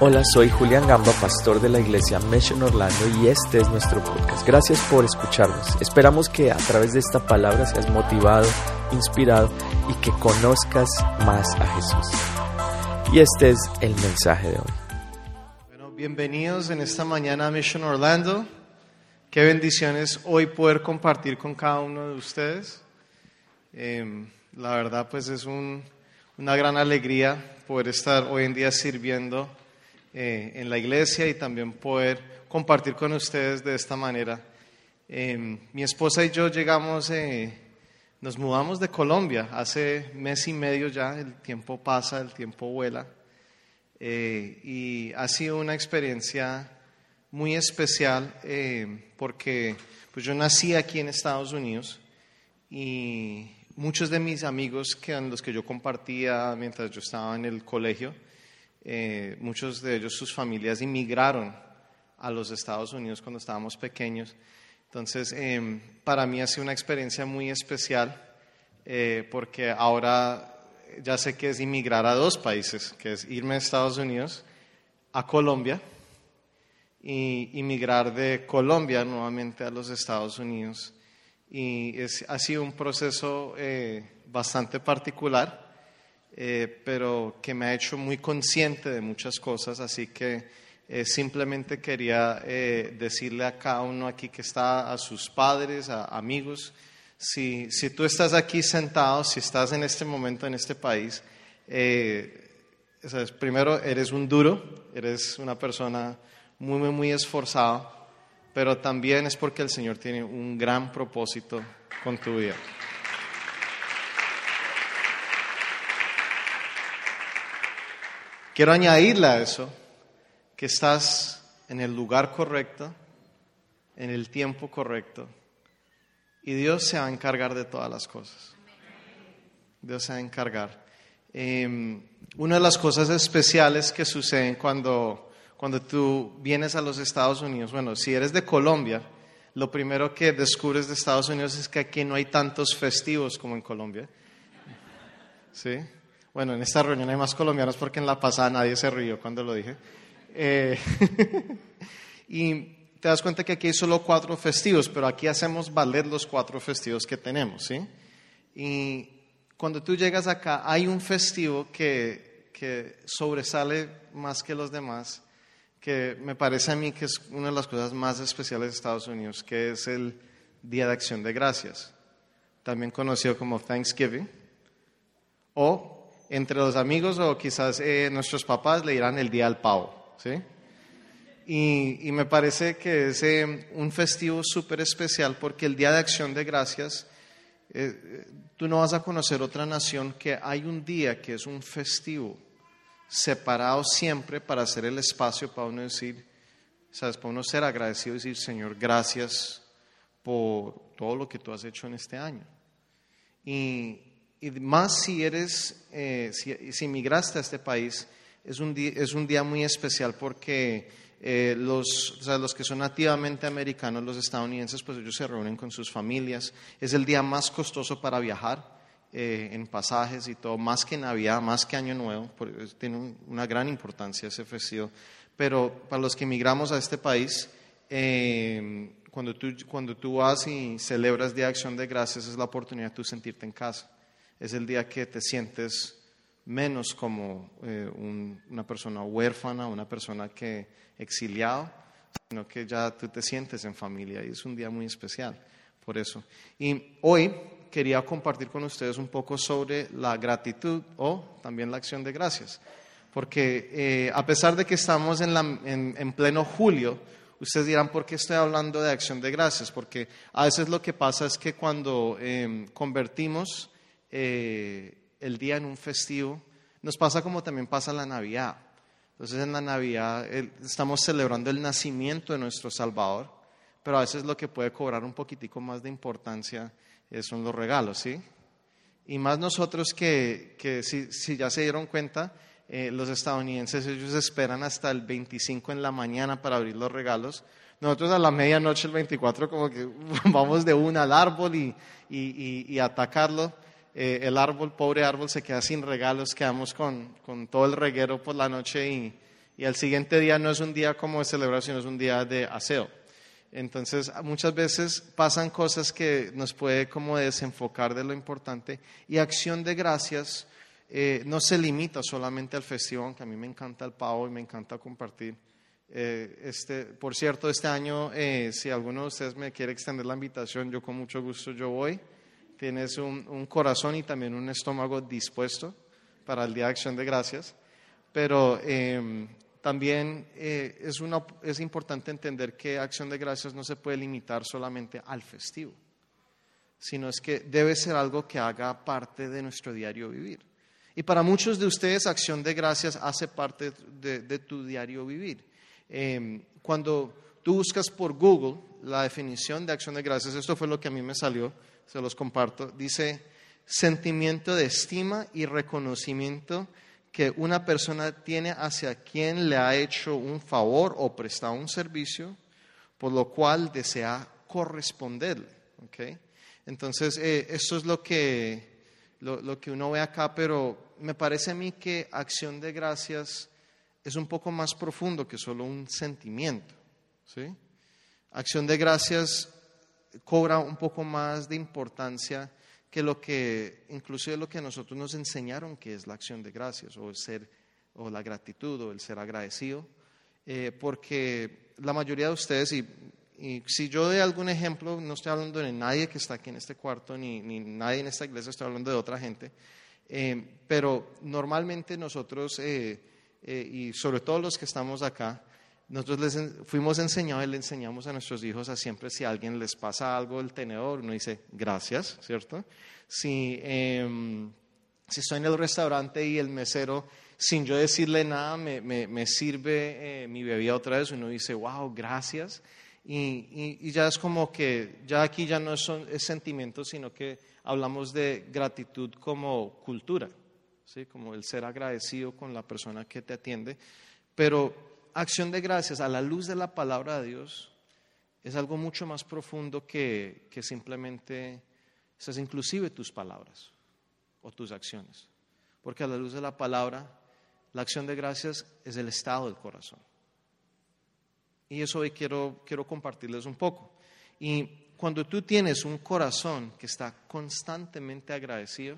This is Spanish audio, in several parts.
Hola, soy Julián Gamba, pastor de la iglesia Mission Orlando, y este es nuestro podcast. Gracias por escucharnos. Esperamos que a través de esta palabra seas motivado, inspirado y que conozcas más a Jesús. Y este es el mensaje de hoy. Bueno, bienvenidos en esta mañana a Mission Orlando. Qué bendiciones hoy poder compartir con cada uno de ustedes. La verdad, pues es una gran alegría poder estar hoy en día sirviendo en la iglesia y también poder compartir con ustedes de esta manera. Mi esposa y yo nos mudamos de Colombia hace mes y medio ya. El tiempo pasa, el tiempo vuela, y ha sido una experiencia muy especial porque pues yo nací aquí en Estados Unidos y muchos de mis amigos con los que yo compartía mientras yo estaba en el colegio, muchos de ellos, sus familias inmigraron a los Estados Unidos cuando estábamos pequeños. Entonces, para mí ha sido una experiencia muy especial porque ahora ya sé que es inmigrar a dos países, que es irme a Estados Unidos, a Colombia, y inmigrar de Colombia nuevamente a los Estados Unidos. Y ha sido un proceso bastante particular, pero que me ha hecho muy consciente de muchas cosas, así que simplemente quería decirle a cada uno aquí que está, a sus padres, a amigos, si tú estás aquí sentado, si estás en este momento en este país, primero eres un duro, eres una persona muy, muy, muy esforzada, pero también es porque el Señor tiene un gran propósito con tu vida. Quiero añadirle a eso que estás en el lugar correcto, en el tiempo correcto, y Dios se va a encargar de todas las cosas. Dios se va a encargar. Una de las cosas especiales que suceden cuando tú vienes a los Estados Unidos, bueno, si eres de Colombia, lo primero que descubres de Estados Unidos es que aquí no hay tantos festivos como en Colombia. ¿Sí? Bueno, en esta reunión hay más colombianos porque en la pasada nadie se rió cuando lo dije. Y te das cuenta que aquí hay solo 4 festivos, pero aquí hacemos valer los 4 festivos que tenemos, ¿sí? Y cuando tú llegas acá, hay un festivo que sobresale más que los demás, que me parece a mí que es una de las cosas más especiales de Estados Unidos, que es el Día de Acción de Gracias, también conocido como Thanksgiving, o entre los amigos o quizás nuestros papás le dirán el Día del Pavo, ¿sí? Y me parece que es un festivo súper especial porque el Día de Acción de Gracias, tú no vas a conocer otra nación que hay un día que es un festivo separado siempre para hacer el espacio para uno decir, ¿sabes? Para uno ser agradecido y decir, Señor, gracias por todo lo que tú has hecho en este año. Y más si si emigraste a este país, es un día muy especial porque los que son nativamente americanos, los estadounidenses, pues ellos se reúnen con sus familias. Es el día más costoso para viajar en pasajes y todo, más que Navidad, más que Año Nuevo, tiene una gran importancia ese festivo. Pero para los que emigramos a este país, cuando tú vas y celebras Día de Acción de Gracias, es la oportunidad de tú sentirte en casa. Es el día que te sientes menos como una persona huérfana, una persona que exiliado, sino que ya tú te sientes en familia, y es un día muy especial por eso. Y hoy quería compartir con ustedes un poco sobre la gratitud o también la acción de gracias, porque a pesar de que estamos en pleno julio, ustedes dirán, ¿por qué estoy hablando de acción de gracias? Porque a veces lo que pasa es que cuando convertimos el día en un festivo, nos pasa como también pasa la Navidad. Entonces en la Navidad estamos celebrando el nacimiento de nuestro Salvador, pero a veces lo que puede cobrar un poquitico más de importancia son los regalos, ¿sí? Y más nosotros que si ya se dieron cuenta, los estadounidenses, ellos esperan hasta el 25 en la mañana para abrir los regalos. Nosotros a la medianoche, el 24, como que vamos de una al árbol y atacarlo. El árbol, pobre árbol, se queda sin regalos, quedamos con todo el reguero por la noche y al siguiente día no es un día como de celebración, es un día de aseo. Entonces, muchas veces pasan cosas que nos puede como desenfocar de lo importante, y acción de gracias no se limita solamente al festivo, aunque a mí me encanta el pavo y me encanta compartir. Por cierto, este año, si alguno de ustedes me quiere extender la invitación, yo con mucho gusto yo voy. Tienes un corazón y también un estómago dispuesto para el Día de Acción de Gracias, pero también es importante entender que Acción de Gracias no se puede limitar solamente al festivo, sino es que debe ser algo que haga parte de nuestro diario vivir. Y para muchos de ustedes, Acción de Gracias hace parte de tu diario vivir. Cuando tú buscas por Google la definición de Acción de Gracias, esto fue lo que a mí me salió, se los comparto, dice: sentimiento de estima y reconocimiento que una persona tiene hacia quien le ha hecho un favor o prestado un servicio, por lo cual desea corresponderle. ¿Okay? Entonces, esto es lo que uno ve acá, pero me parece a mí que Acción de Gracias es un poco más profundo que solo un sentimiento. ¿Sí? Acción de Gracias cobra un poco más de importancia que inclusive lo que a nosotros nos enseñaron que es la acción de gracias, o la gratitud, o el ser agradecido, porque la mayoría de ustedes, y si yo doy algún ejemplo, no estoy hablando de nadie que está aquí en este cuarto, ni nadie en esta iglesia, estoy hablando de otra gente, pero normalmente nosotros, y sobre todo los que estamos acá, nosotros fuimos enseñados y le enseñamos a nuestros hijos a siempre, si a alguien les pasa algo del tenedor, uno dice gracias, ¿cierto? Si estoy en el restaurante y el mesero, sin yo decirle nada, me sirve mi bebida otra vez, uno dice wow, gracias. Y ya es como que, ya aquí ya no es sentimiento, sino que hablamos de gratitud como cultura, ¿sí? Como el ser agradecido con la persona que te atiende, pero Acción de Gracias a la luz de la palabra de Dios es algo mucho más profundo que simplemente, es inclusive tus palabras o tus acciones, porque a la luz de la palabra, la Acción de Gracias es el estado del corazón, y eso hoy quiero compartirles un poco. Y cuando tú tienes un corazón que está constantemente agradecido,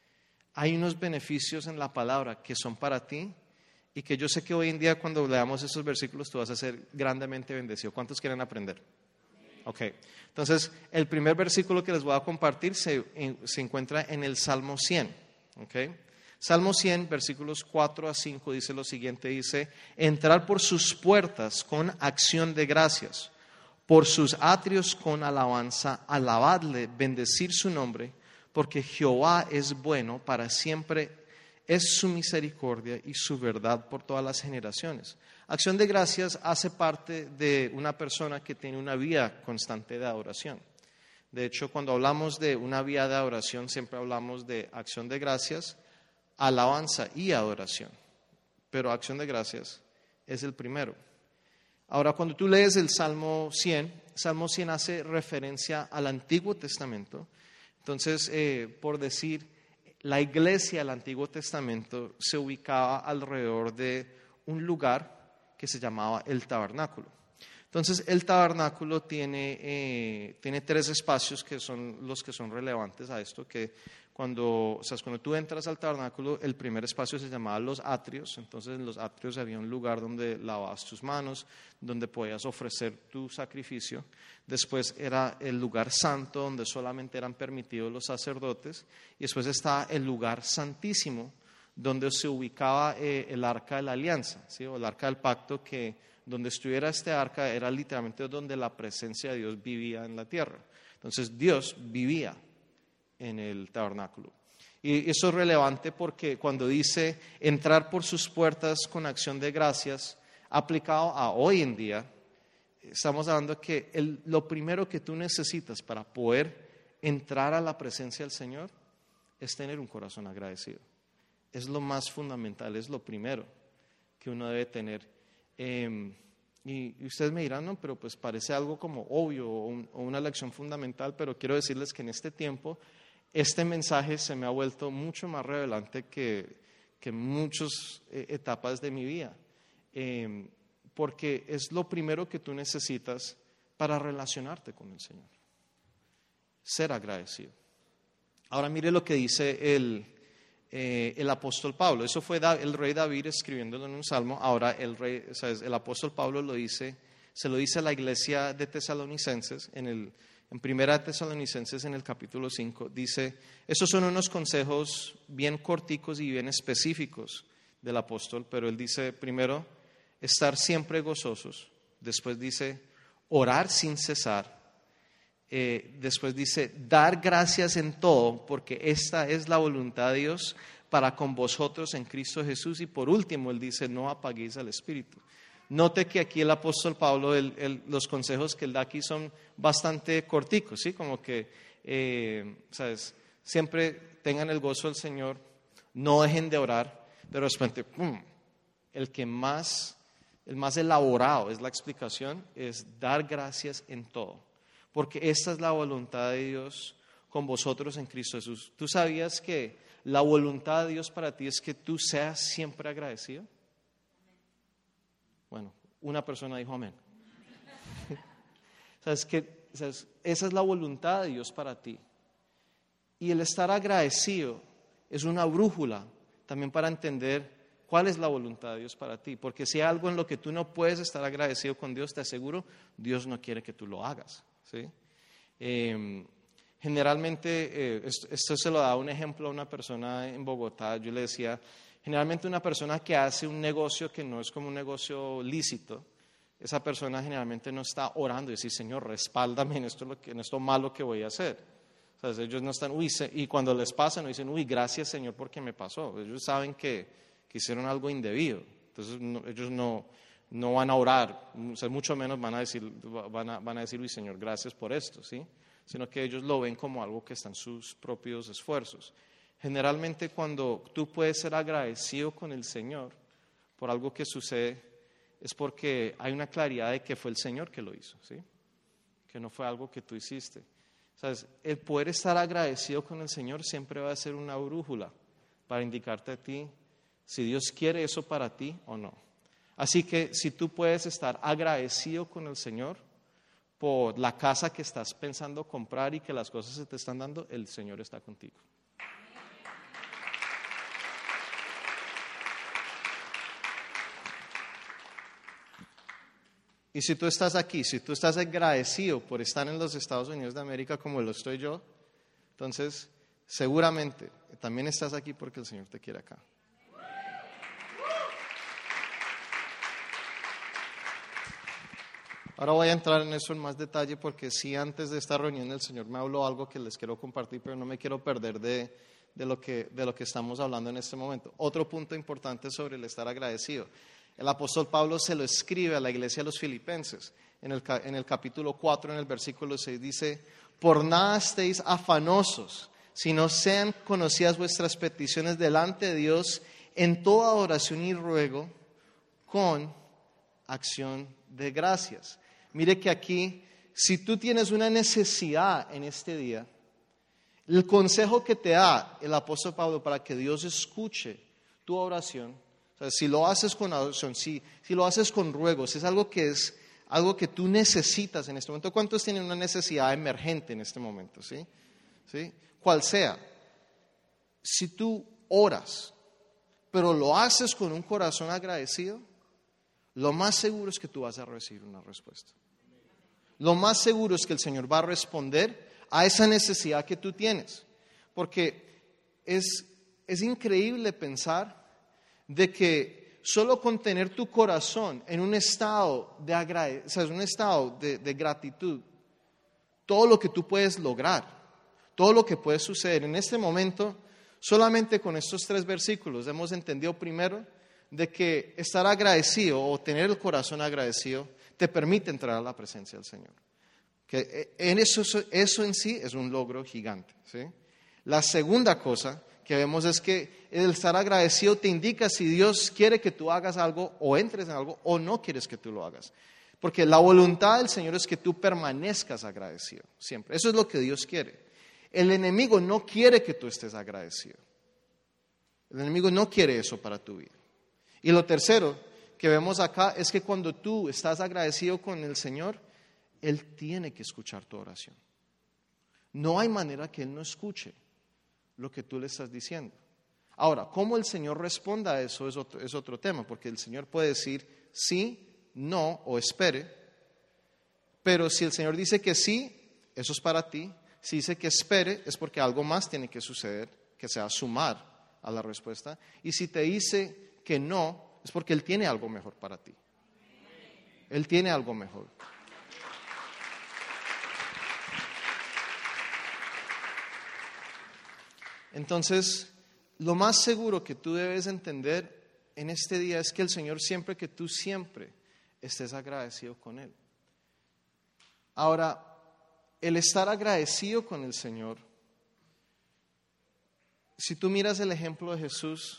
hay unos beneficios en la palabra que son para ti, y que yo sé que hoy en día cuando leamos estos versículos tú vas a ser grandemente bendecido. ¿Cuántos quieren aprender? Ok, entonces el primer versículo que les voy a compartir se encuentra en el Salmo 100. Okay. Salmo 100, versículos 4 a 5 dice lo siguiente, dice: entrar por sus puertas con acción de gracias, por sus atrios con alabanza, alabadle, bendecir su nombre, porque Jehová es bueno, para siempre es su misericordia y su verdad por todas las generaciones. Acción de gracias hace parte de una persona que tiene una vida constante de adoración. De hecho, cuando hablamos de una vida de adoración, siempre hablamos de acción de gracias, alabanza y adoración. Pero acción de gracias es el primero. Ahora, cuando tú lees el Salmo 100 hace referencia al Antiguo Testamento. Entonces, por decir, la iglesia del Antiguo Testamento se ubicaba alrededor de un lugar que se llamaba el tabernáculo. Entonces, el tabernáculo tiene 3 espacios que son los que son relevantes a esto, que cuando tú entras al tabernáculo, el primer espacio se llamaba los atrios. Entonces, en los atrios había un lugar donde lavabas tus manos, donde podías ofrecer tu sacrificio. Después era el lugar santo, donde solamente eran permitidos los sacerdotes. Y después está el lugar santísimo, donde se ubicaba el arca de la alianza, ¿sí? O el arca del pacto, que donde estuviera este arca era literalmente donde la presencia de Dios vivía en la tierra. Entonces Dios vivía en el tabernáculo. Y eso es relevante porque cuando dice entrar por sus puertas con acción de gracias, aplicado a hoy en día, estamos hablando que lo primero que tú necesitas para poder entrar a la presencia del Señor es tener un corazón agradecido. Es lo más fundamental, es lo primero que uno debe tener. Y ustedes me dirán, no, pero pues parece algo como obvio o una lección fundamental, pero quiero decirles que en este tiempo este mensaje se me ha vuelto mucho más relevante que muchas etapas de mi vida. porque es lo primero que tú necesitas para relacionarte con el Señor. Ser agradecido. Ahora mire lo que dice el apóstol Pablo. Eso fue el rey David escribiéndolo en un salmo. Ahora el apóstol Pablo se lo dice a la iglesia de Tesalonicenses en Primera Tesalonicenses en el capítulo 5. Dice, esos son unos consejos bien corticos y bien específicos del apóstol, pero él dice primero, estar siempre gozosos. Después dice, orar sin cesar. Después dice, dar gracias en todo, porque esta es la voluntad de Dios para con vosotros en Cristo Jesús. Y por último, él dice, no apaguéis al Espíritu. Note que aquí el apóstol Pablo, los consejos que él da aquí son bastante corticos, ¿sí? Como que, siempre tengan el gozo del Señor, no dejen de orar, pero de repente, el más elaborado es la explicación, es dar gracias en todo. Porque esta es la voluntad de Dios con vosotros en Cristo Jesús. ¿Tú sabías que la voluntad de Dios para ti es que tú seas siempre agradecido? Bueno, una persona dijo amén. ¿Sabes qué? Esa es la voluntad de Dios para ti. Y el estar agradecido es una brújula también para entender cuál es la voluntad de Dios para ti. Porque si hay algo en lo que tú no puedes estar agradecido con Dios, te aseguro, Dios no quiere que tú lo hagas. ¿Sí? Generalmente, esto se lo da un ejemplo a una persona en Bogotá. Yo le decía, generalmente una persona que hace un negocio que no es como un negocio lícito, esa persona generalmente no está orando y dice, Señor, respáldame en esto malo que voy a hacer. O sea, ellos no están, y cuando les pasa no dicen, gracias Señor porque me pasó. Ellos saben que hicieron algo indebido. Entonces ellos no van a orar, o sea, mucho menos van a decir, uy Señor, gracias por esto, ¿sí? Sino que ellos lo ven como algo que está en sus propios esfuerzos. Generalmente cuando tú puedes ser agradecido con el Señor por algo que sucede, es porque hay una claridad de que fue el Señor que lo hizo, ¿sí? Que no fue algo que tú hiciste. ¿Sabes? El poder estar agradecido con el Señor siempre va a ser una brújula para indicarte a ti si Dios quiere eso para ti o no. Así que si tú puedes estar agradecido con el Señor por la casa que estás pensando comprar y que las cosas se te están dando, el Señor está contigo. Y si tú estás aquí, si tú estás agradecido por estar en los Estados Unidos de América como lo estoy yo, entonces seguramente también estás aquí porque el Señor te quiere acá. Ahora voy a entrar en eso en más detalle porque sí, antes de esta reunión el Señor me habló algo que les quiero compartir, pero no me quiero perder de lo que estamos hablando en este momento. Otro punto importante sobre el estar agradecido. El apóstol Pablo se lo escribe a la iglesia de los Filipenses. En el capítulo 4, en el versículo 6, dice, por nada estéis afanosos, sino sean conocidas vuestras peticiones delante de Dios en toda oración y ruego con acción de gracias. Mire que aquí, si tú tienes una necesidad en este día, el consejo que te da el apóstol Pablo para que Dios escuche tu oración, o sea, si lo haces con oración, si lo haces con ruegos, es algo que tú necesitas en este momento. ¿Cuántos tienen una necesidad emergente en este momento? ¿Sí? Cual sea, si tú oras, pero lo haces con un corazón agradecido, lo más seguro es que tú vas a recibir una respuesta. Lo más seguro es que el Señor va a responder a esa necesidad que tú tienes. Porque es increíble pensar de que solo con tener tu corazón en un estado de gratitud, todo lo que tú puedes lograr, todo lo que puede suceder en este momento, solamente con estos 3 versículos hemos entendido primero de que estar agradecido o tener el corazón agradecido te permite entrar a la presencia del Señor. Que en eso en sí es un logro gigante, ¿sí? La segunda cosa que vemos es que el estar agradecido te indica si Dios quiere que tú hagas algo o entres en algo o no quieres que tú lo hagas. Porque la voluntad del Señor es que tú permanezcas agradecido siempre. Eso es lo que Dios quiere. El enemigo no quiere que tú estés agradecido. El enemigo no quiere eso para tu vida. Y lo tercero, que vemos acá es que cuando tú estás agradecido con el Señor, Él tiene que escuchar tu oración. No hay manera que Él no escuche lo que tú le estás diciendo. Ahora, cómo el Señor responda a eso es otro tema, porque el Señor puede decir sí, no o espere, pero si el Señor dice que sí, eso es para ti. Si dice que espere, es porque algo más tiene que suceder, que sea sumar a la respuesta. Y si te dice que no, es porque Él tiene algo mejor para ti. Él tiene algo mejor. Entonces, lo más seguro que tú debes entender en este día es que el Señor siempre, que tú siempre estés agradecido con Él. Ahora, el estar agradecido con el Señor, si tú miras el ejemplo de Jesús,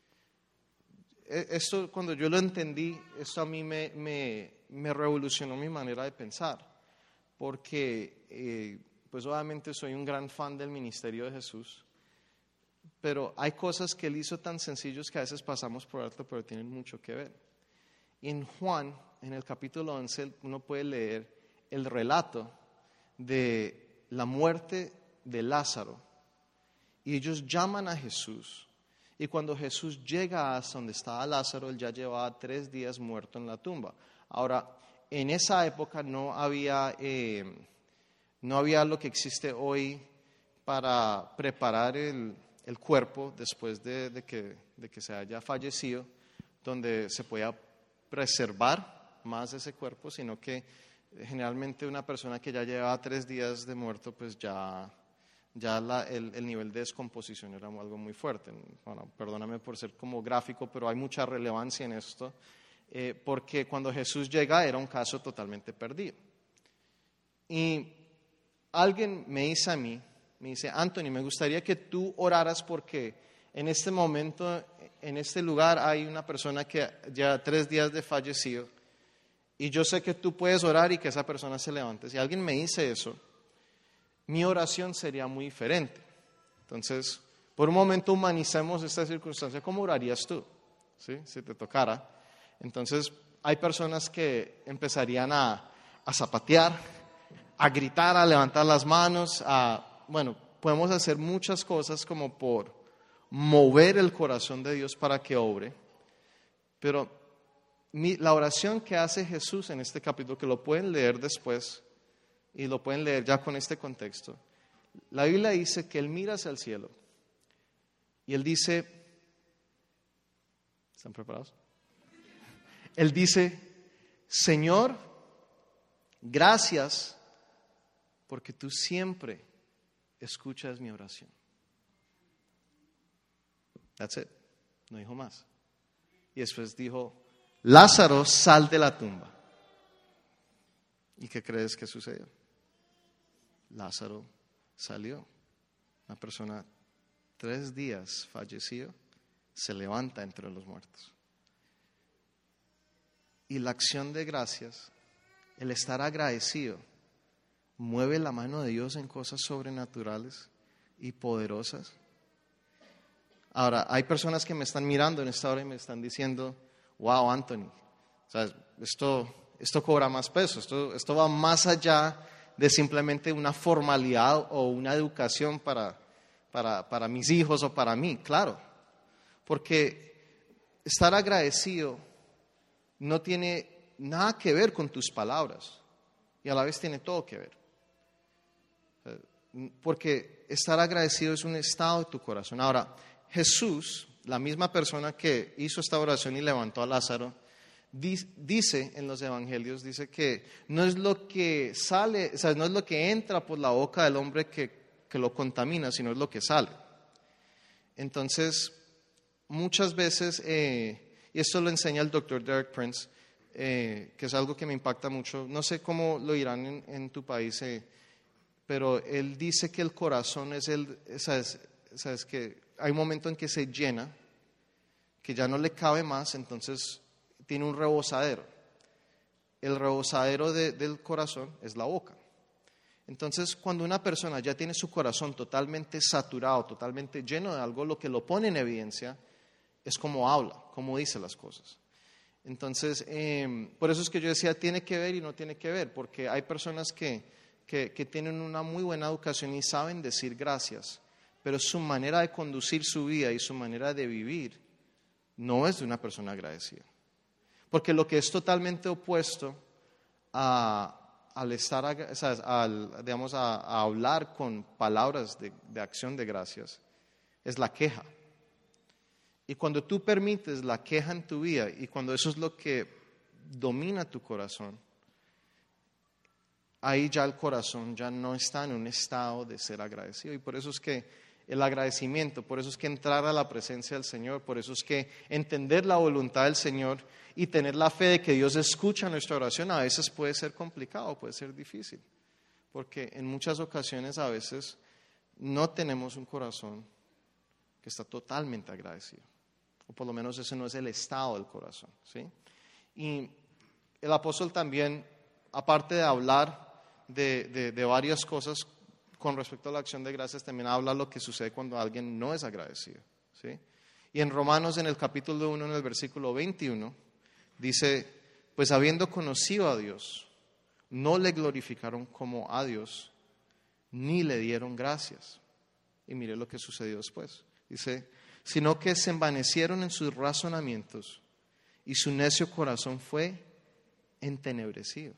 esto cuando yo lo entendí, esto a mí me revolucionó mi manera de pensar, porque pues obviamente soy un gran fan del ministerio de Jesús, pero hay cosas que Él hizo tan sencillos que a veces pasamos por alto, pero tienen mucho que ver. Y en Juan, en el capítulo 11, uno puede leer el relato de la muerte de Lázaro. Y ellos llaman a Jesús. Y cuando Jesús llega hasta donde estaba Lázaro, él ya llevaba 3 días muerto en la tumba. Ahora, en esa época no había lo que existe hoy para preparar el cuerpo después de que se haya fallecido, donde se podía preservar más ese cuerpo, sino que generalmente una persona que ya llevaba 3 días de muerto, pues ya el nivel de descomposición era algo muy fuerte. Bueno, perdóname por ser como gráfico, pero hay mucha relevancia en esto, porque cuando Jesús llega era un caso totalmente perdido. Y alguien me dice a mí, me dice, Anthony, me gustaría que tú oraras porque en este momento, en este lugar hay una persona que ya 3 días de fallecido y yo sé que tú puedes orar y que esa persona se levante. Si alguien me dice eso, mi oración sería muy diferente. Entonces, por un momento humanicemos esta circunstancia. ¿Cómo orarías tú? ¿Sí? Si te tocara. Entonces, hay personas que empezarían a zapatear, a gritar, a levantar las manos, bueno, podemos hacer muchas cosas como por mover el corazón de Dios para que obre, pero la oración que hace Jesús en este capítulo, que lo pueden leer después y lo pueden leer ya con este contexto, la Biblia dice que Él mira hacia el cielo y Él dice, ¿están preparados? Él dice, Señor, gracias porque tú siempre escuchas mi oración. That's it. No dijo más. Y después dijo, Lázaro, sal de la tumba. ¿Y qué crees que sucedió? Lázaro salió. Una persona 3 días fallecido se levanta entre los muertos. Y la acción de gracias, el estar agradecido, mueve la mano de Dios en cosas sobrenaturales y poderosas. Ahora, hay personas que me están mirando en esta hora y me están diciendo, wow, Anthony, ¿sabes? Esto cobra más peso, esto va más allá de simplemente una formalidad o una educación para mis hijos o para mí, claro, porque estar agradecido no tiene nada que ver con tus palabras y a la vez tiene todo que ver. Porque estar agradecido es un estado de tu corazón. Ahora, Jesús, la misma persona que hizo esta oración y levantó a Lázaro, dice en los evangelios, dice que no es lo que sale, o sea, no es lo que entra por la boca del hombre que lo contamina, sino es lo que sale. Entonces, muchas veces, y esto lo enseña el Dr. Derek Prince, que es algo que me impacta mucho, no sé cómo lo dirán en tu país, pero él dice que el corazón es sabes que hay un momento en que se llena, que ya no le cabe más, entonces tiene un rebosadero. El rebosadero del corazón es la boca. Entonces, cuando una persona ya tiene su corazón totalmente saturado, totalmente lleno de algo, lo que lo pone en evidencia es cómo habla, cómo dice las cosas. Entonces, por eso es que yo decía, tiene que ver y no tiene que ver, porque hay personas que tienen una muy buena educación y saben decir gracias, pero su manera de conducir su vida y su manera de vivir no es de una persona agradecida. Porque lo que es totalmente opuesto al estar, ¿sabes? Digamos, a hablar con palabras de acción de gracias, es la queja. Y cuando tú permites la queja en tu vida y cuando eso es lo que domina tu corazón, ahí ya el corazón ya no está en un estado de ser agradecido. Y por eso es que el agradecimiento, por eso es que entrar a la presencia del Señor, por eso es que entender la voluntad del Señor y tener la fe de que Dios escucha nuestra oración a veces puede ser complicado, puede ser difícil, porque en muchas ocasiones a veces no tenemos un corazón que está totalmente agradecido, o por lo menos ese no es el estado del corazón, ¿sí? Y el apóstol también, aparte de hablar de varias cosas con respecto a la acción de gracias, también habla lo que sucede cuando alguien no es agradecido, ¿sí? Y en Romanos, en el capítulo 1, en el versículo 21, dice, pues habiendo conocido a Dios, no le glorificaron como a Dios, ni le dieron gracias. Y mire lo que sucedió después. Dice, sino que se envanecieron en sus razonamientos y su necio corazón fue entenebrecido.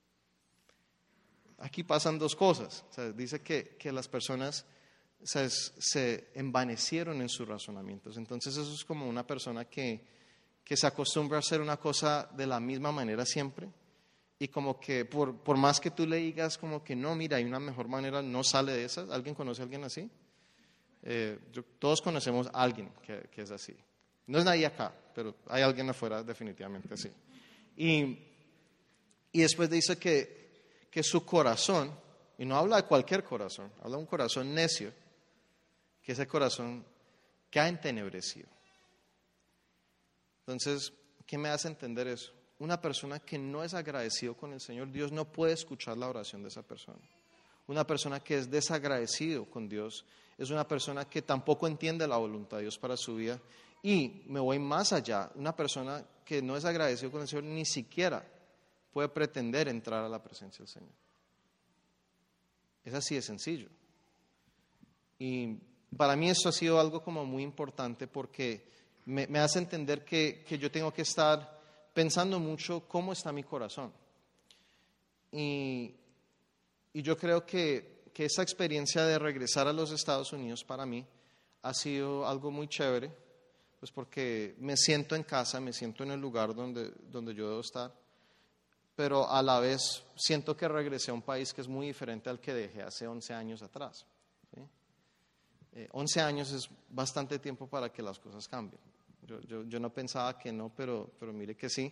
Aquí pasan dos cosas. O sea, dice que las personas se envanecieron en sus razonamientos. Entonces eso es como una persona que se acostumbra a hacer una cosa de la misma manera siempre y como que por más que tú le digas como que no, mira, hay una mejor manera, no sale de esas. ¿Alguien conoce a alguien así? Todos conocemos a alguien que es así. No es nadie acá, pero hay alguien afuera definitivamente así. Y después dice que su corazón, y no habla de cualquier corazón, habla de un corazón necio, que ese corazón que ha entenebrecido. Entonces, ¿qué me hace entender eso? Una persona que no es agradecido con el Señor, Dios no puede escuchar la oración de esa persona. Una persona que es desagradecido con Dios es una persona que tampoco entiende la voluntad de Dios para su vida. Y me voy más allá, una persona que no es agradecido con el Señor ni siquiera puede pretender entrar a la presencia del Señor. Es así de sencillo. Y para mí esto ha sido algo como muy importante porque me hace entender que yo tengo que estar pensando mucho cómo está mi corazón. Y yo creo que esa experiencia de regresar a los Estados Unidos para mí ha sido algo muy chévere, pues porque me siento en casa, me siento en el lugar donde yo debo estar, pero a la vez siento que regresé a un país que es muy diferente al que dejé hace 11 años atrás, ¿sí? 11 años es bastante tiempo para que las cosas cambien. Yo no pensaba que no, pero mire que sí.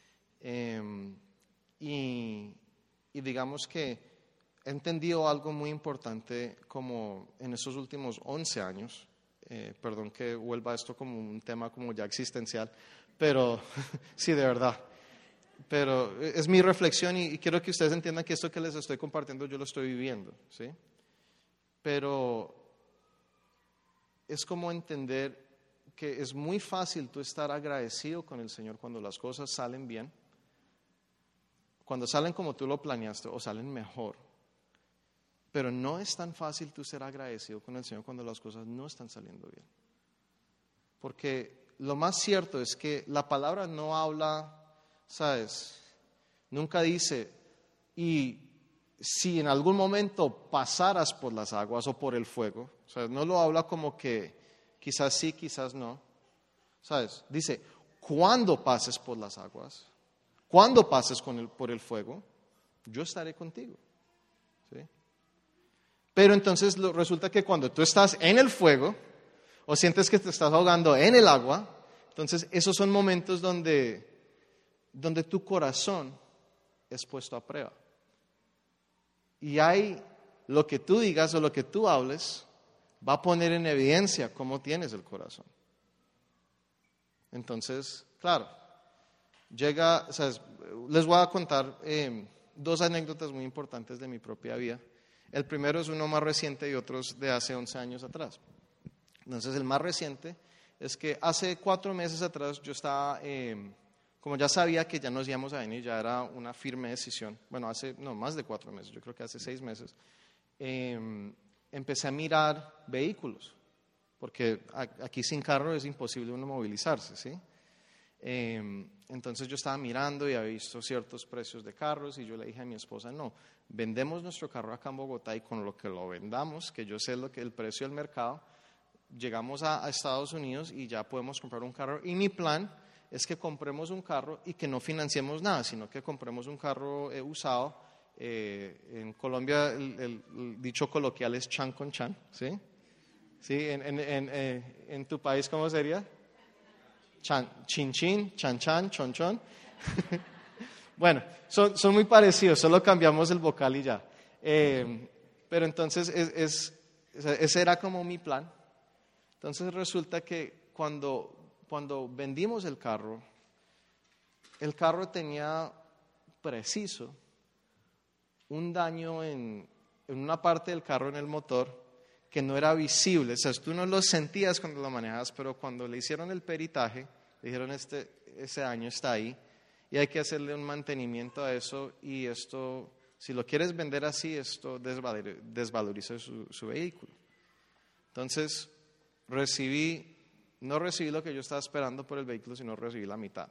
Y digamos que he entendido algo muy importante como en esos últimos 11 años, perdón que vuelva esto como un tema como ya existencial, pero sí, de verdad. Pero es mi reflexión y quiero que ustedes entiendan que esto que les estoy compartiendo yo lo estoy viviendo, ¿sí? Pero es como entender que es muy fácil tú estar agradecido con el Señor cuando las cosas salen bien, cuando salen como tú lo planeaste o salen mejor. Pero no es tan fácil tú ser agradecido con el Señor cuando las cosas no están saliendo bien. Porque lo más cierto es que la palabra no habla, ¿sabes? Nunca dice, y si en algún momento pasaras por las aguas o por el fuego, ¿sabes? No lo habla como que quizás sí, quizás no, ¿sabes? Dice, cuando pases por las aguas, cuando pases por el fuego, yo estaré contigo, ¿sí? Pero entonces resulta que cuando tú estás en el fuego o sientes que te estás ahogando en el agua, entonces esos son momentos donde tu corazón es puesto a prueba. Y hay lo que tú digas o lo que tú hables va a poner en evidencia cómo tienes el corazón. Entonces, claro, ¿sabes? Les voy a contar dos anécdotas muy importantes de mi propia vida. El primero es uno más reciente y otro es de hace 11 años atrás. Entonces, el más reciente es que hace 4 meses atrás yo estaba como ya sabía que ya nos íbamos a venir, ya era una firme decisión, bueno, más de 4 meses, yo creo que hace 6 meses, empecé a mirar vehículos, porque aquí sin carro es imposible uno movilizarse, ¿sí? Entonces yo estaba mirando y había visto ciertos precios de carros y yo le dije a mi esposa, no, vendemos nuestro carro acá en Bogotá y con lo que lo vendamos, que yo sé el precio del mercado, llegamos a Estados Unidos y ya podemos comprar un carro. Y mi plan es que compremos un carro y que no financiemos nada, sino que compremos un carro usado. En Colombia el dicho coloquial es chan con chan, ¿sí? ¿Sí? En tu país, ¿cómo sería? Chin chin, chan chan, chon chon. Bueno, son muy parecidos, solo cambiamos el vocal y ya. Pero entonces ese era como mi plan. Entonces resulta que cuando vendimos el carro tenía preciso un daño en una parte del carro, en el motor, que no era visible. O sea, tú no lo sentías cuando lo manejabas, pero cuando le hicieron el peritaje, le dijeron ese daño está ahí y hay que hacerle un mantenimiento a eso, y esto, si lo quieres vender así, esto desvaloriza su vehículo. Entonces no recibí lo que yo estaba esperando por el vehículo, sino recibí la mitad.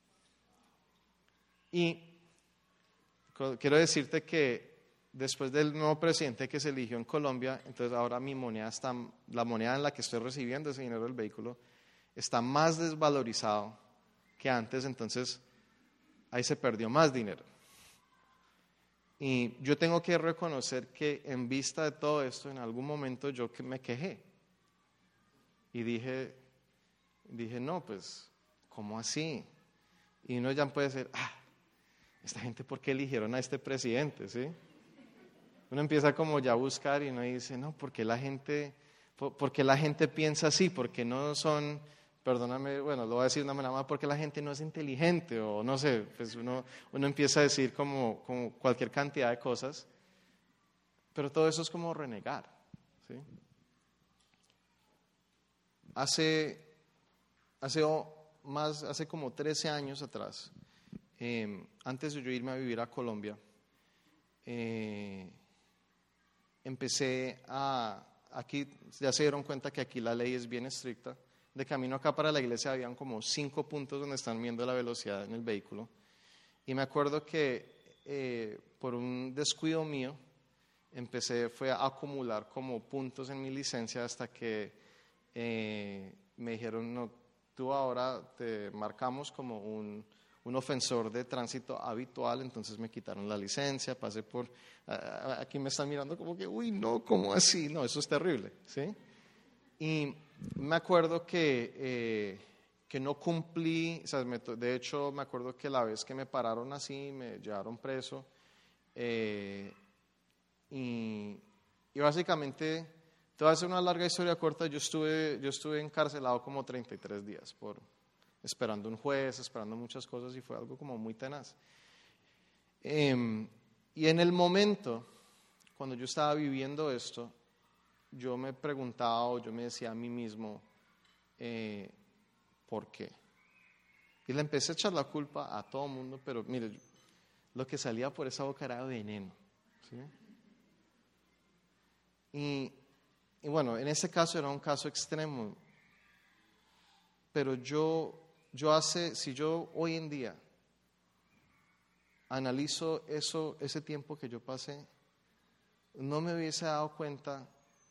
Y quiero decirte que después del nuevo presidente que se eligió en Colombia, entonces ahora la moneda en la que estoy recibiendo ese dinero del vehículo está más desvalorizado que antes, entonces ahí se perdió más dinero. Y yo tengo que reconocer que en vista de todo esto, en algún momento yo me quejé y dije, no, pues, ¿cómo así? Y uno ya puede decir, esta gente, ¿por qué eligieron a este presidente? ¿Sí? Uno empieza como ya a buscar y uno dice, no, ¿por qué la gente piensa así? ¿Por qué no son, perdóname, bueno, lo voy a decir de una manera más, porque la gente no es inteligente? O no sé, pues uno empieza a decir como cualquier cantidad de cosas, pero todo eso es como renegar, ¿sí? Hace como 13 años atrás, antes de yo irme a vivir a Colombia, aquí ya se dieron cuenta que aquí la ley es bien estricta. De camino acá para la iglesia habían como 5 puntos donde están viendo la velocidad en el vehículo. Y me acuerdo que por un descuido mío fue a acumular como puntos en mi licencia hasta que me dijeron, no, tú ahora te marcamos como un ofensor de tránsito habitual. Entonces me quitaron la licencia, pasé por, aquí me están mirando como que, uy, no, ¿cómo así? No, eso es terrible, ¿sí? Y me acuerdo que no cumplí, o sea, de hecho me acuerdo que la vez que me pararon así, me llevaron preso, y básicamente, te voy a hacer una larga historia corta, yo estuve encarcelado como 33 días esperando un juez, esperando muchas cosas, y fue algo como muy tenaz. Y en el momento, cuando yo estaba viviendo esto, yo me preguntaba, o yo me decía a mí mismo, ¿por qué? Y le empecé a echar la culpa a todo el mundo, pero mire, lo que salía por esa boca era veneno, ¿sí? Y bueno, en ese caso era un caso extremo, pero si yo hoy en día analizo ese tiempo que yo pasé, no me hubiese dado cuenta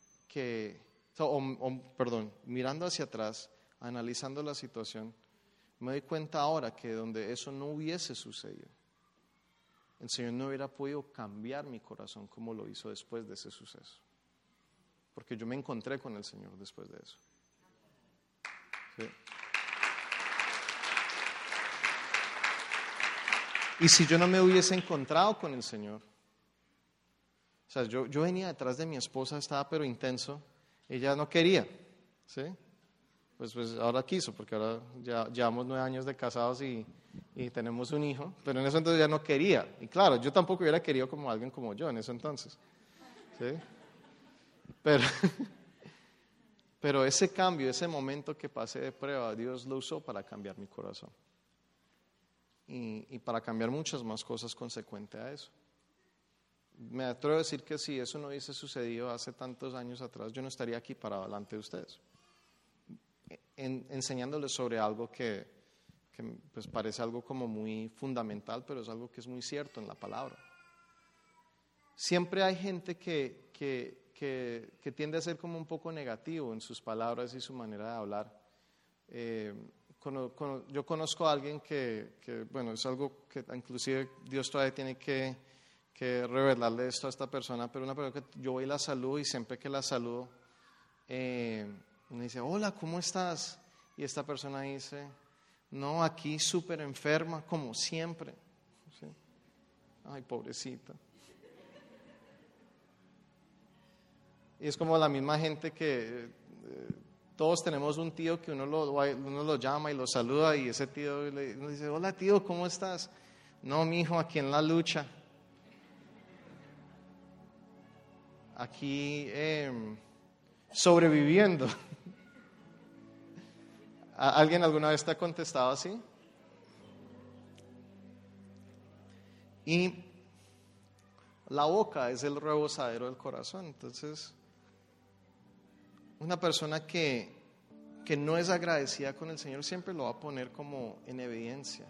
mirando hacia atrás, analizando la situación, me doy cuenta ahora que donde eso no hubiese sucedido, el Señor no hubiera podido cambiar mi corazón como lo hizo después de ese suceso. Porque yo me encontré con el Señor después de eso. ¿Sí? Y si yo no me hubiese encontrado con el Señor, o sea, yo venía detrás de mi esposa, estaba pero intenso, ella no quería, ¿sí? Pues ahora quiso, porque ahora ya llevamos 9 años de casados y tenemos un hijo, pero en ese entonces ya no quería. Y claro, yo tampoco hubiera querido como alguien como yo en ese entonces, ¿sí? Pero ese cambio, ese momento que pasé de prueba, Dios lo usó para cambiar mi corazón. y para cambiar muchas más cosas consecuente a eso. Me atrevo a decir que si eso no hubiese sucedido hace tantos años atrás, yo no estaría aquí parado delante de ustedes, enseñándoles sobre algo que pues parece algo como muy fundamental, pero es algo que es muy cierto en la palabra. Siempre hay gente que tiende a ser como un poco negativo en sus palabras y su manera de hablar. Yo conozco a alguien que, bueno, es algo que inclusive Dios todavía tiene que revelarle esto a esta persona, pero una persona que yo voy y la saludo y siempre que la saludo me dice, hola, ¿cómo estás? Y esta persona dice, no, aquí súper enferma, como siempre. ¿Sí? Ay, pobrecita. Y es como la misma gente que todos tenemos un tío que uno lo llama y lo saluda y ese tío le dice, hola tío, ¿cómo estás? No, mijo, aquí en la lucha. Aquí sobreviviendo. ¿Alguien alguna vez te ha contestado así? Y la boca es el rebosadero del corazón. Entonces, una persona que no es agradecida con el Señor siempre lo va a poner como en evidencia.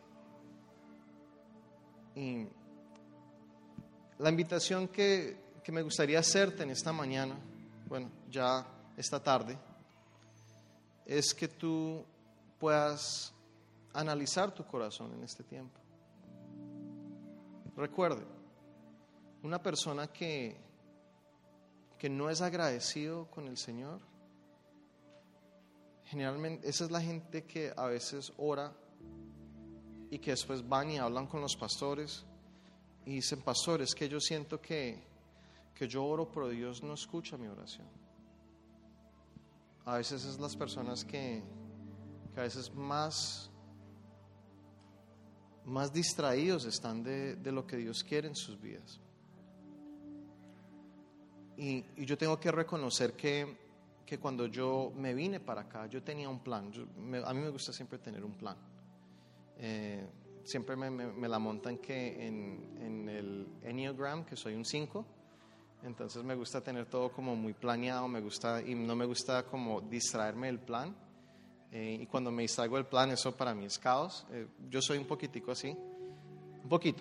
Y la invitación que me gustaría hacerte en esta mañana, bueno, ya esta tarde, es que tú puedas analizar tu corazón en este tiempo. Recuerde, una persona que no es agradecido con el Señor, generalmente esa es la gente que a veces ora y que después van y hablan con los pastores y dicen, pastor, es que yo siento que yo oro pero Dios no escucha mi oración. A veces es las personas que a veces más distraídos están de lo que Dios quiere en sus vidas. Y yo tengo que reconocer que cuando yo me vine para acá, yo tenía un plan. A mí me gusta siempre tener un plan. Siempre me la montan que en el Enneagram, que soy un 5, entonces me gusta tener todo como muy planeado, y no me gusta como distraerme del plan. Y cuando me distraigo del plan, eso para mí es caos. Yo soy un poquitico así, un poquito.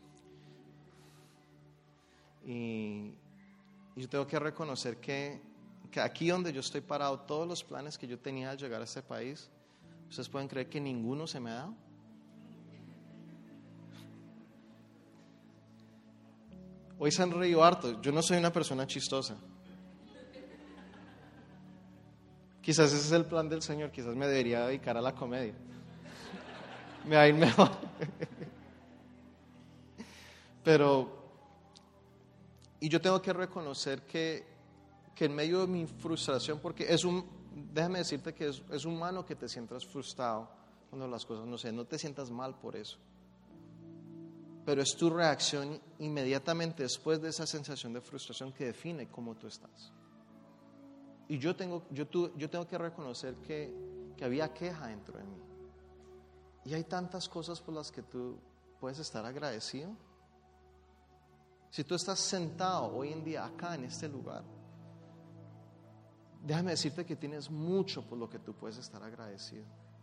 Y yo tengo que reconocer que aquí donde yo estoy parado, todos los planes que yo tenía al llegar a este país, ustedes pueden creer que ninguno se me ha dado. Hoy se han reído harto. Yo no soy una persona chistosa. Quizás ese es el plan del Señor. Quizás me debería dedicar a la comedia. Me va a ir mejor. Y yo tengo que reconocer que en medio de mi frustración, porque déjame decirte que es humano que te sientas frustrado cuando las cosas no te sientas mal por eso. Pero es tu reacción inmediatamente después de esa sensación de frustración que define cómo tú estás. Y yo tengo que reconocer que había queja dentro de mí. Y hay tantas cosas por las que tú puedes estar agradecido. Si tú estás sentado hoy en día acá en este lugar, déjame decirte que tienes mucho por lo que tú puedes estar agradecido.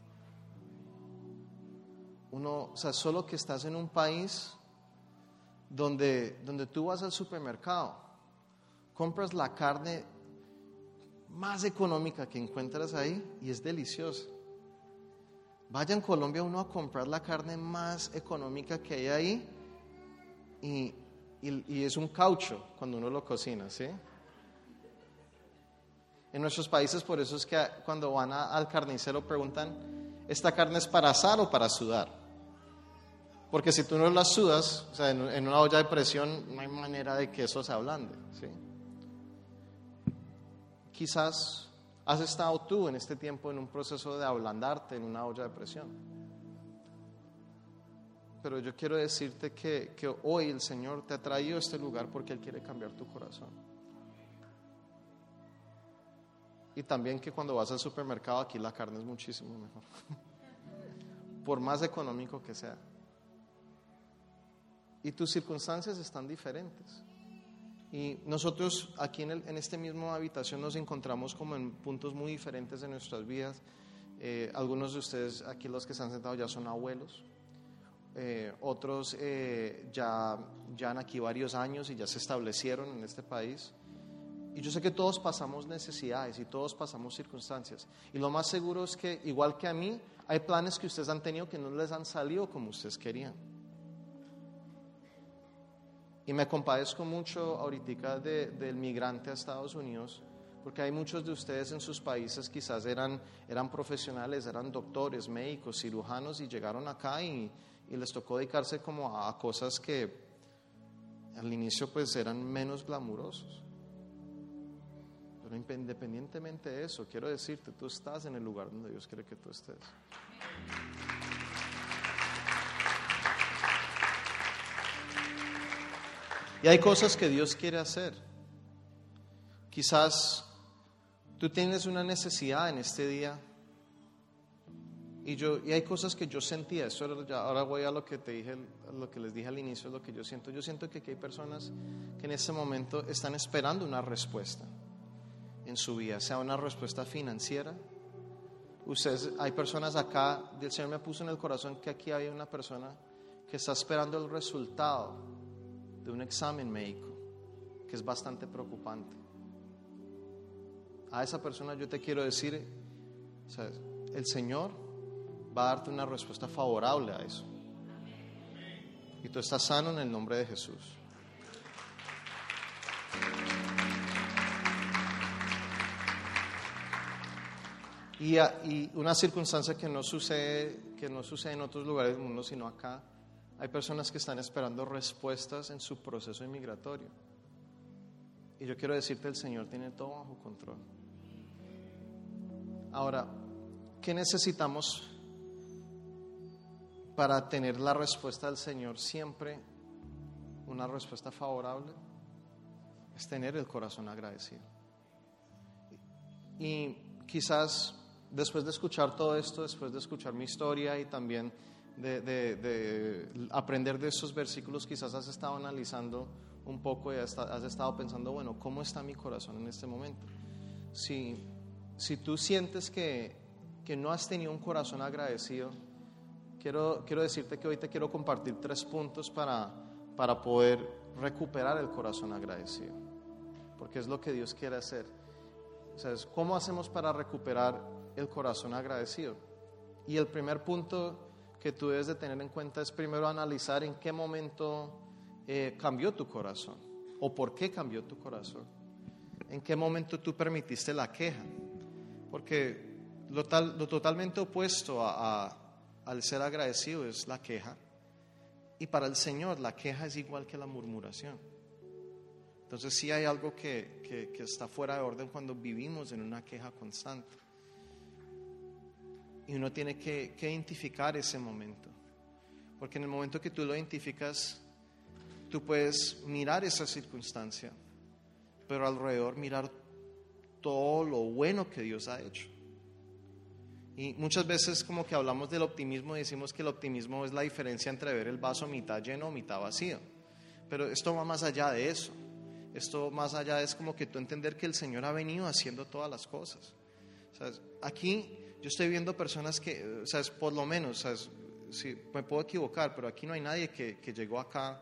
Solo que estás en un país donde tú vas al supermercado, compras la carne más económica que encuentras ahí y es deliciosa. Vaya en Colombia uno a comprar la carne más económica que hay ahí y es un caucho cuando uno lo cocina, ¿sí? En nuestros países, por eso es que cuando van al carnicero preguntan, ¿esta carne es para asar o para sudar? Porque si tú no la sudas, o sea, en una olla de presión no hay manera de que eso se ablande, ¿sí? Quizás has estado tú en este tiempo en un proceso de ablandarte en una olla de presión. Pero yo quiero decirte que hoy el Señor te ha traído a este lugar porque Él quiere cambiar tu corazón. Y también que cuando vas al supermercado aquí la carne es muchísimo mejor. Por más económico que sea. y tus circunstancias están diferentes. Y nosotros aquí en esta misma habitación nos encontramos como en puntos muy diferentes de nuestras vidas. Algunos de ustedes aquí, los que se han sentado, ya son abuelos. Otros ya han aquí varios años y ya se establecieron en este país. Y yo sé que todos pasamos necesidades y todos pasamos circunstancias. Y lo más seguro es que, igual que a mí, hay planes que ustedes han tenido que no les han salido como ustedes querían. Y me compadezco mucho ahorita del migrante a Estados Unidos, porque hay muchos de ustedes en sus países quizás eran profesionales, eran doctores, médicos, cirujanos, y llegaron acá y les tocó dedicarse como a cosas que al inicio pues eran menos glamurosos. Pero independientemente de eso, quiero decirte, tú estás en el lugar donde Dios quiere que tú estés. Y hay cosas que Dios quiere hacer. Quizás tú tienes una necesidad en este día y hay cosas que yo sentía. Ahora voy a lo que te dije, lo que les dije al inicio, lo que yo siento. Yo siento que aquí hay personas que en este momento están esperando una respuesta en su vida, sea una respuesta financiera. Hay personas acá, el Señor me puso en el corazón que aquí hay una persona que está esperando el resultado de un examen médico que es bastante preocupante. A esa persona yo te quiero decir, el Señor va a darte una respuesta favorable a eso. Y tú estás sano en el nombre de Jesús. Y una circunstancia que no sucede en otros lugares del mundo, sino acá. Hay personas que están esperando respuestas en su proceso inmigratorio. Y yo quiero decirte, el Señor tiene todo bajo control. Ahora, ¿qué necesitamos para tener la respuesta del Señor siempre? Una respuesta favorable es tener el corazón agradecido. Y quizás después de escuchar todo esto, después de escuchar mi historia y también de aprender de estos versículos, quizás has estado analizando un poco y has estado pensando, bueno, ¿cómo está mi corazón en este momento? Si tú sientes que no has tenido un corazón agradecido, quiero decirte que hoy te quiero compartir 3 puntos para poder recuperar el corazón agradecido, porque es lo que Dios quiere hacer. ¿Sabes? ¿Cómo hacemos para recuperar el corazón agradecido? Y el primer punto que tú debes de tener en cuenta es primero analizar en qué momento cambió tu corazón o por qué cambió tu corazón. En qué momento tú permitiste la queja. Porque lo totalmente opuesto al ser agradecido es la queja. Y para el Señor la queja es igual que la murmuración. Entonces sí hay algo que está fuera de orden cuando vivimos en una queja constante. Y uno tiene que identificar ese momento. Porque en el momento que tú lo identificas, tú puedes mirar esa circunstancia, pero alrededor mirar todo lo bueno que Dios ha hecho. Y muchas veces como que hablamos del optimismo y decimos que el optimismo es la diferencia entre ver el vaso mitad lleno o mitad vacío. Pero esto va más allá de eso. Esto más allá es como que tú entender que el Señor ha venido haciendo todas las cosas. ¿Sabes? Aquí yo estoy viendo personas que, ¿sabes? Por lo menos, ¿sabes? Sí, me puedo equivocar, pero aquí no hay nadie que llegó acá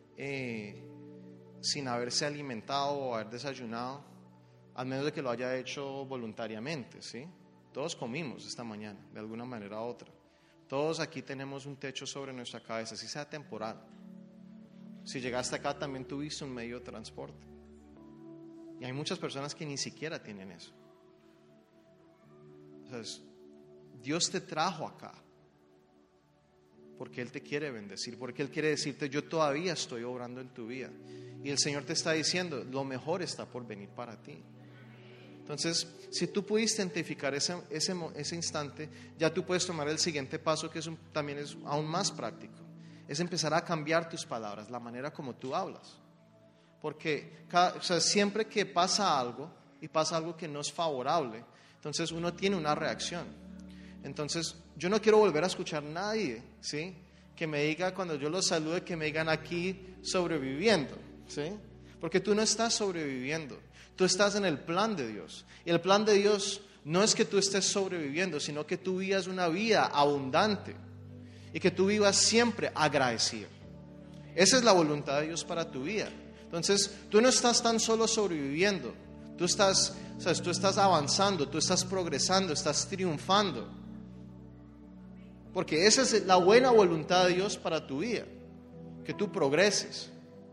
sin haberse alimentado o haber desayunado, al menos de que lo haya hecho voluntariamente, ¿sí? Todos comimos esta mañana, de alguna manera u otra. Todos aquí tenemos un techo sobre nuestra cabeza, si sea temporal. Si llegaste acá también tuviste un medio de transporte. Y hay muchas personas que ni siquiera tienen eso. Entonces, Dios te trajo acá porque Él te quiere bendecir, porque Él quiere decirte, yo todavía estoy obrando en tu vida. Y el Señor te está diciendo, lo mejor está por venir para ti. Entonces, si tú pudiste identificar ese instante, ya tú puedes tomar el siguiente paso, que también es aún más práctico. Es empezar a cambiar tus palabras, la manera como tú hablas. Porque siempre que pasa algo, y pasa algo que no es favorable, entonces uno tiene una reacción. Entonces, yo no quiero volver a escuchar a nadie, ¿sí?, que me diga, cuando yo los salude, que me digan aquí sobreviviendo, ¿sí? Porque tú no estás sobreviviendo, tú estás en el plan de Dios. Y el plan de Dios no es que tú estés sobreviviendo, sino que tú vivas una vida abundante y que tú vivas siempre agradecido. Esa es la voluntad de Dios para tu vida. Entonces, tú no estás tan solo sobreviviendo, tú estás avanzando, tú estás progresando, estás triunfando. Porque esa es la buena voluntad de Dios para tu vida, que tú progreses.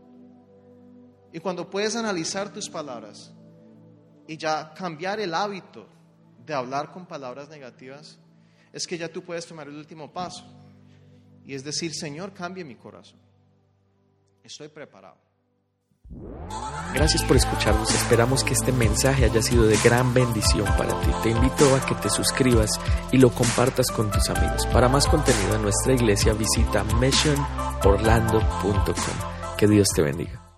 Y cuando puedes analizar tus palabras y ya cambiar el hábito de hablar con palabras negativas, es que ya tú puedes tomar el último paso. Y es decir, Señor, cambie mi corazón. Estoy preparado. Gracias por escucharnos. Esperamos que este mensaje haya sido de gran bendición para ti. Te invito a que te suscribas y lo compartas con tus amigos. Para más contenido en nuestra iglesia, visita missionorlando.com. Que Dios te bendiga.